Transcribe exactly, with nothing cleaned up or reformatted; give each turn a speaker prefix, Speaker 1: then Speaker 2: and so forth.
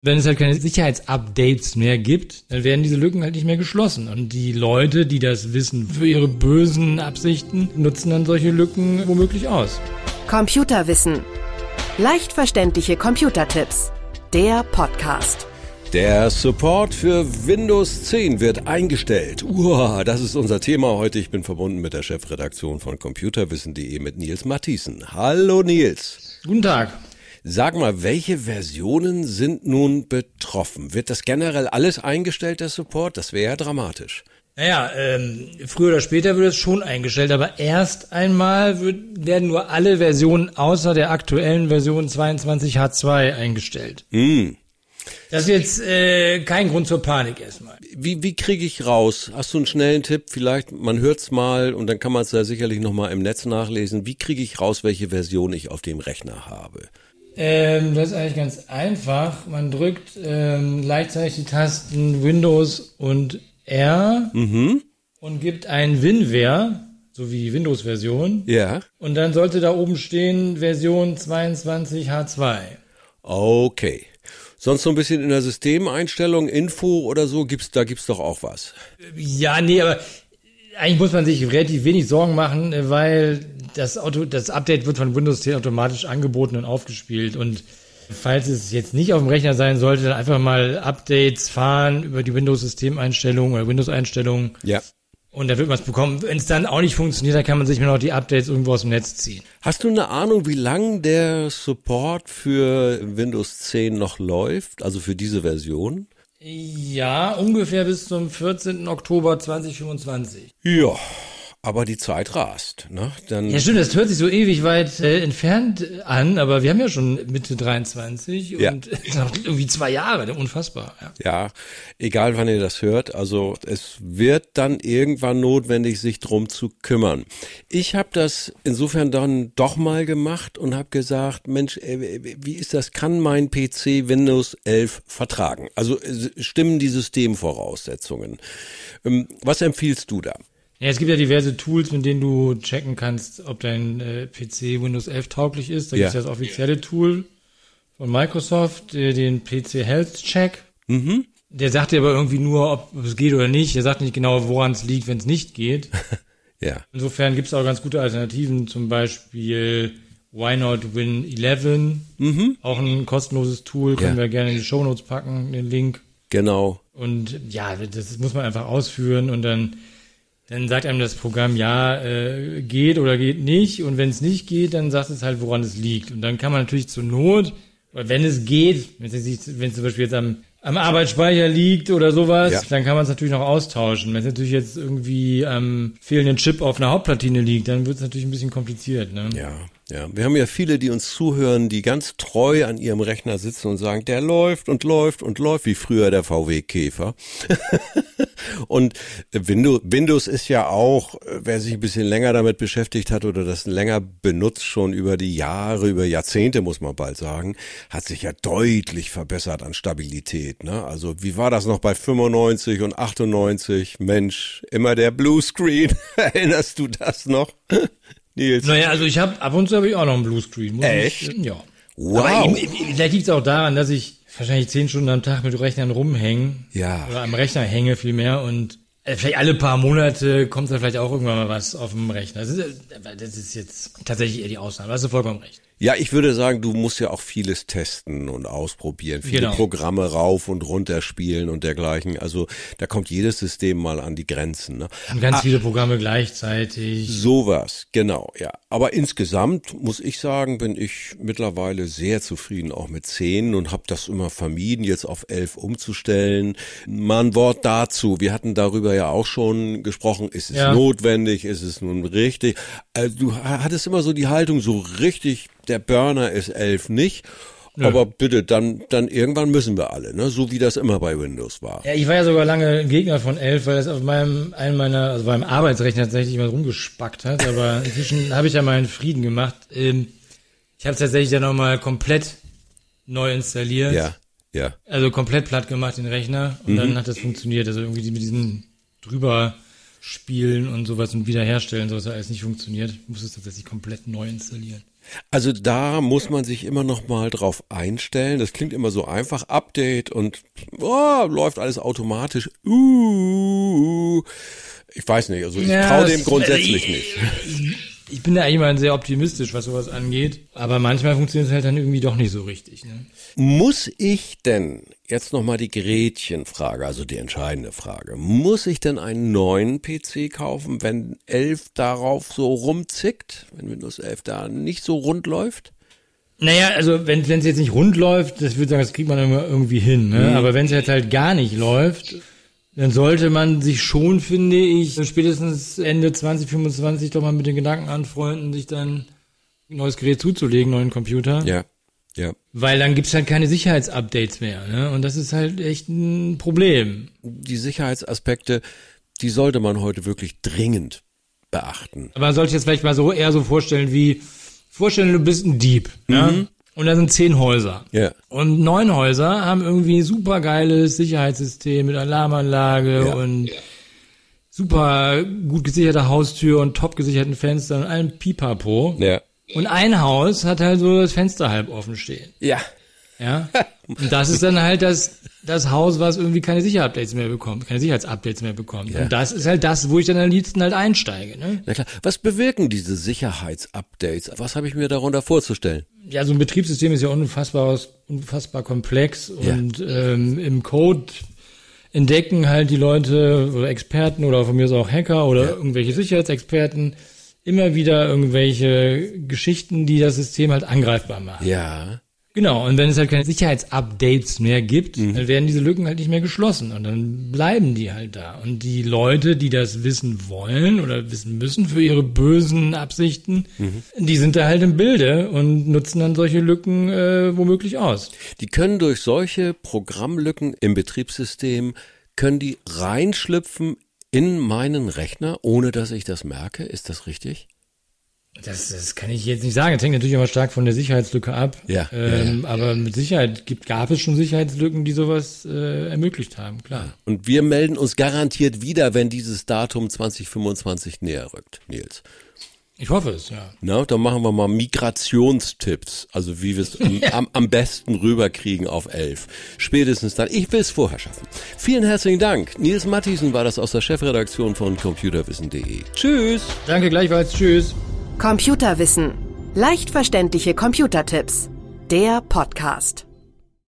Speaker 1: Wenn es halt keine Sicherheitsupdates mehr gibt, dann werden diese Lücken halt nicht mehr geschlossen. Und die Leute, die das wissen für ihre bösen Absichten, nutzen dann solche Lücken womöglich aus.
Speaker 2: Computerwissen. Leicht verständliche Computertipps. Der Podcast.
Speaker 3: Der Support für Windows zehn wird eingestellt. Uah, das ist unser Thema heute. Ich bin verbunden mit der Chefredaktion von computerwissen punkt de mit Nils Matthiesen. Hallo Nils.
Speaker 1: Guten Tag.
Speaker 3: Sag mal, welche Versionen sind nun betroffen? Wird das generell alles eingestellt, der Support? Das wäre ja dramatisch.
Speaker 1: Naja, ähm, früher oder später wird es schon eingestellt, aber erst einmal wird, werden nur alle Versionen außer der aktuellen Version zweiundzwanzig H zwei eingestellt.
Speaker 3: Hm.
Speaker 1: Das ist jetzt äh, kein Grund zur Panik erstmal.
Speaker 3: Wie, wie kriege ich raus? Hast du einen schnellen Tipp? Vielleicht, man hört's mal und dann kann man es ja sicherlich nochmal im Netz nachlesen. Wie kriege ich raus, welche Version ich auf dem Rechner habe?
Speaker 1: Ähm, das ist eigentlich ganz einfach. Man drückt ähm, gleichzeitig die Tasten Windows und R
Speaker 3: Mhm.
Speaker 1: und gibt ein WinVer, so wie die Windows-Version.
Speaker 3: Ja.
Speaker 1: Und dann sollte da oben stehen Version zweiundzwanzig H zwei.
Speaker 3: Okay. Sonst so ein bisschen in der Systemeinstellung, Info oder so, gibt's, da gibt's doch auch was.
Speaker 1: Ja, nee, aber eigentlich muss man sich relativ wenig Sorgen machen, weil das Auto, das Update wird von Windows zehn automatisch angeboten und aufgespielt. Und falls es jetzt nicht auf dem Rechner sein sollte, dann einfach mal Updates fahren über die Windows-Systemeinstellungen oder Windows-Einstellungen.
Speaker 3: Ja.
Speaker 1: Und da wird man es bekommen. Wenn es dann auch nicht funktioniert, dann kann man sich mir noch die Updates irgendwo aus dem Netz ziehen.
Speaker 3: Hast du eine Ahnung, wie lang der Support für Windows zehn noch läuft? Also für diese Version?
Speaker 1: Ja, ungefähr bis zum vierzehnten Oktober zweitausendfünfundzwanzig.
Speaker 3: Ja, aber die Zeit rast, ne? Dann
Speaker 1: Ja, stimmt, das hört sich so ewig weit äh, entfernt an, aber wir haben ja schon Mitte dreiundzwanzig
Speaker 3: Ja.
Speaker 1: und irgendwie zwei Jahre, unfassbar. Ja.
Speaker 3: Ja, egal wann ihr das hört, also es wird dann irgendwann notwendig, sich drum zu kümmern. Ich habe das insofern dann doch mal gemacht und habe gesagt, Mensch, äh, wie ist das, kann mein P C Windows elf vertragen? Also äh, stimmen die Systemvoraussetzungen? Ähm, was empfiehlst du da?
Speaker 1: Ja, es gibt ja diverse Tools, mit denen du checken kannst, ob dein äh, P C Windows elf tauglich ist. Da
Speaker 3: Ja.
Speaker 1: gibt es ja das offizielle Tool von Microsoft, äh, den P C Health Check.
Speaker 3: Mhm.
Speaker 1: Der sagt dir aber irgendwie nur, ob es geht oder nicht. Der sagt nicht genau, woran es liegt, wenn es nicht geht.
Speaker 3: Ja.
Speaker 1: Insofern gibt es auch ganz gute Alternativen, zum Beispiel Why Not Win elf.
Speaker 3: Mhm.
Speaker 1: Auch ein kostenloses Tool, können
Speaker 3: Ja.
Speaker 1: wir gerne in die Shownotes packen, den Link.
Speaker 3: Genau.
Speaker 1: Und ja, das muss man einfach ausführen und dann Dann sagt einem das Programm, ja, äh, geht oder geht nicht. Und wenn es nicht geht, dann sagt es halt, woran es liegt. Und dann kann man natürlich zur Not, oder wenn es geht, wenn es nicht- wenn es zum Beispiel jetzt am, am Arbeitsspeicher liegt oder sowas,
Speaker 3: Ja.
Speaker 1: dann kann man es natürlich noch austauschen. Wenn es natürlich jetzt irgendwie am fehlenden Chip auf einer Hauptplatine liegt, dann wird es natürlich ein bisschen kompliziert, ne?
Speaker 3: Ja, ja. Wir haben ja viele, die uns zuhören, die ganz treu an ihrem Rechner sitzen und sagen, der läuft und läuft und läuft, wie früher der V W Käfer. Und Windows, Windows ist ja auch, wer sich ein bisschen länger damit beschäftigt hat oder das länger benutzt, schon über die Jahre, über Jahrzehnte, muss man bald sagen, hat sich ja deutlich verbessert an Stabilität, ne? Also wie war das noch bei fünfundneunzig und achtundneunzig? Mensch, immer der Bluescreen. Erinnerst du das noch? Nils?
Speaker 1: Naja, also ich habe, ab und zu habe ich auch noch einen Bluescreen. muss
Speaker 3: Echt?
Speaker 1: Ich, ja.
Speaker 3: Wow.
Speaker 1: Aber ich, ich, vielleicht liegt es auch daran, dass ich wahrscheinlich zehn Stunden am Tag mit Rechnern rumhänge.
Speaker 3: Ja.
Speaker 1: Oder am Rechner hänge vielmehr und äh, vielleicht alle paar Monate kommt da vielleicht auch irgendwann mal was auf dem Rechner. Das ist, äh, das ist jetzt tatsächlich eher die Ausnahme. Da hast du vollkommen recht.
Speaker 3: Ja, ich würde sagen, du musst ja auch vieles testen und ausprobieren, viele
Speaker 1: Genau.
Speaker 3: Programme rauf und runter spielen und dergleichen. Also da kommt jedes System mal an die Grenzen. Ne?
Speaker 1: Und ganz viele Programme gleichzeitig.
Speaker 3: Sowas, genau, ja. Aber insgesamt muss ich sagen, bin ich mittlerweile sehr zufrieden auch mit zehn und habe das immer vermieden, jetzt auf elf umzustellen. Mal ein Wort dazu. Wir hatten darüber ja auch schon gesprochen. Ist es
Speaker 1: Ja.
Speaker 3: notwendig? Ist es nun richtig? Also du hattest immer so die Haltung, so richtig, der Burner ist elf nicht.
Speaker 1: Nö.
Speaker 3: Aber bitte, dann, dann irgendwann müssen wir alle, ne? So wie das immer bei Windows war.
Speaker 1: Ja, ich war ja sogar lange ein Gegner von elf, weil das auf meinem, einem meiner, also beim Arbeitsrechner tatsächlich immer rumgespackt hat. Aber inzwischen habe ich ja meinen Frieden gemacht. Ähm, ich habe es tatsächlich dann nochmal komplett neu installiert.
Speaker 3: Ja, ja.
Speaker 1: Also komplett platt gemacht, den Rechner. Und
Speaker 3: Mhm.
Speaker 1: dann hat das funktioniert. Also irgendwie mit diesen drüber spielen und sowas und wiederherstellen, sowas hat alles nicht funktioniert. Ich musste es tatsächlich komplett neu installieren.
Speaker 3: Also da muss man sich immer noch mal drauf einstellen. Das klingt immer so einfach. Update und oh, läuft alles automatisch. Uh, ich weiß nicht, also ich
Speaker 1: ja,
Speaker 3: traue dem grundsätzlich
Speaker 1: ich,
Speaker 3: nicht.
Speaker 1: Ich bin da jemand sehr optimistisch, was sowas angeht. Aber manchmal funktioniert es halt dann irgendwie doch nicht so richtig. Ne?
Speaker 3: Muss ich denn, jetzt nochmal die Gretchenfrage, also die entscheidende Frage, muss ich denn einen neuen P C kaufen, wenn elf darauf so rumzickt, wenn Windows elf da nicht so rund läuft?
Speaker 1: Naja, also wenn es jetzt nicht rund läuft, das würde ich sagen, das kriegt man immer irgendwie hin. Ne? Mhm. Aber wenn es jetzt halt gar nicht läuft, dann sollte man sich schon, finde ich, spätestens Ende zwanzig fünfundzwanzig doch mal mit den Gedanken anfreunden, sich dann ein neues Gerät zuzulegen, neuen Computer.
Speaker 3: Ja. Ja.
Speaker 1: Weil dann gibt's halt keine Sicherheitsupdates mehr, ne? Und das ist halt echt ein Problem.
Speaker 3: Die Sicherheitsaspekte, die sollte man heute wirklich dringend beachten.
Speaker 1: Aber man sollte sich jetzt vielleicht mal so eher so vorstellen wie, vorstellen, du bist ein Dieb, mhm. ja? Und da sind zehn Häuser.
Speaker 3: Ja.
Speaker 1: Und neun Häuser haben irgendwie ein super geiles Sicherheitssystem mit Alarmanlage ja. und ja. super gut gesicherte Haustür und top gesicherten Fenstern und allem Pipapo.
Speaker 3: Ja.
Speaker 1: Und ein Haus hat halt so das Fenster halb offen stehen.
Speaker 3: Ja.
Speaker 1: Ja. Und das ist dann halt das, das Haus, was irgendwie keine Sicherheitsupdates mehr bekommt, keine Sicherheitsupdates mehr bekommt. Ja. Und das ist halt das, wo ich dann am liebsten halt einsteige, ne?
Speaker 3: Na klar. Was bewirken diese Sicherheitsupdates? Was habe ich mir darunter vorzustellen?
Speaker 1: Ja, so ein Betriebssystem ist ja unfassbar, unfassbar komplex und ja. ähm, im Code entdecken halt die Leute oder Experten oder von mir aus auch Hacker oder ja. irgendwelche Sicherheitsexperten immer wieder irgendwelche Geschichten, die das System halt angreifbar machen.
Speaker 3: Ja.
Speaker 1: Genau, und wenn es halt keine Sicherheitsupdates mehr gibt, mhm. dann werden diese Lücken halt nicht mehr geschlossen und dann bleiben die halt da. Und die Leute, die das wissen wollen oder wissen müssen für ihre bösen Absichten, mhm. die sind da halt im Bilde und nutzen dann solche Lücken äh, womöglich aus.
Speaker 3: Die können durch solche Programmlücken im Betriebssystem, können die reinschlüpfen in meinen Rechner, ohne dass ich das merke. Ist das richtig?
Speaker 1: Das, das kann ich jetzt nicht sagen. Das hängt natürlich immer stark von der Sicherheitslücke ab.
Speaker 3: Ja,
Speaker 1: ähm,
Speaker 3: ja, ja.
Speaker 1: Aber mit Sicherheit gibt, gab es schon Sicherheitslücken, die sowas äh, ermöglicht haben, klar.
Speaker 3: Und wir melden uns garantiert wieder, wenn dieses Datum zwanzig fünfundzwanzig näher rückt, Nils.
Speaker 1: Ich hoffe es, ja.
Speaker 3: Na, dann machen wir mal Migrationstipps, also wie wir es am, am, am besten rüberkriegen auf elf. Spätestens dann. Ich will es vorher schaffen. Vielen herzlichen Dank. Nils Mathiesen war das aus der Chefredaktion von computerwissen punkt de. Tschüss.
Speaker 1: Danke gleichfalls. Tschüss.
Speaker 2: Computerwissen. Leicht verständliche Computertipps. Der Podcast.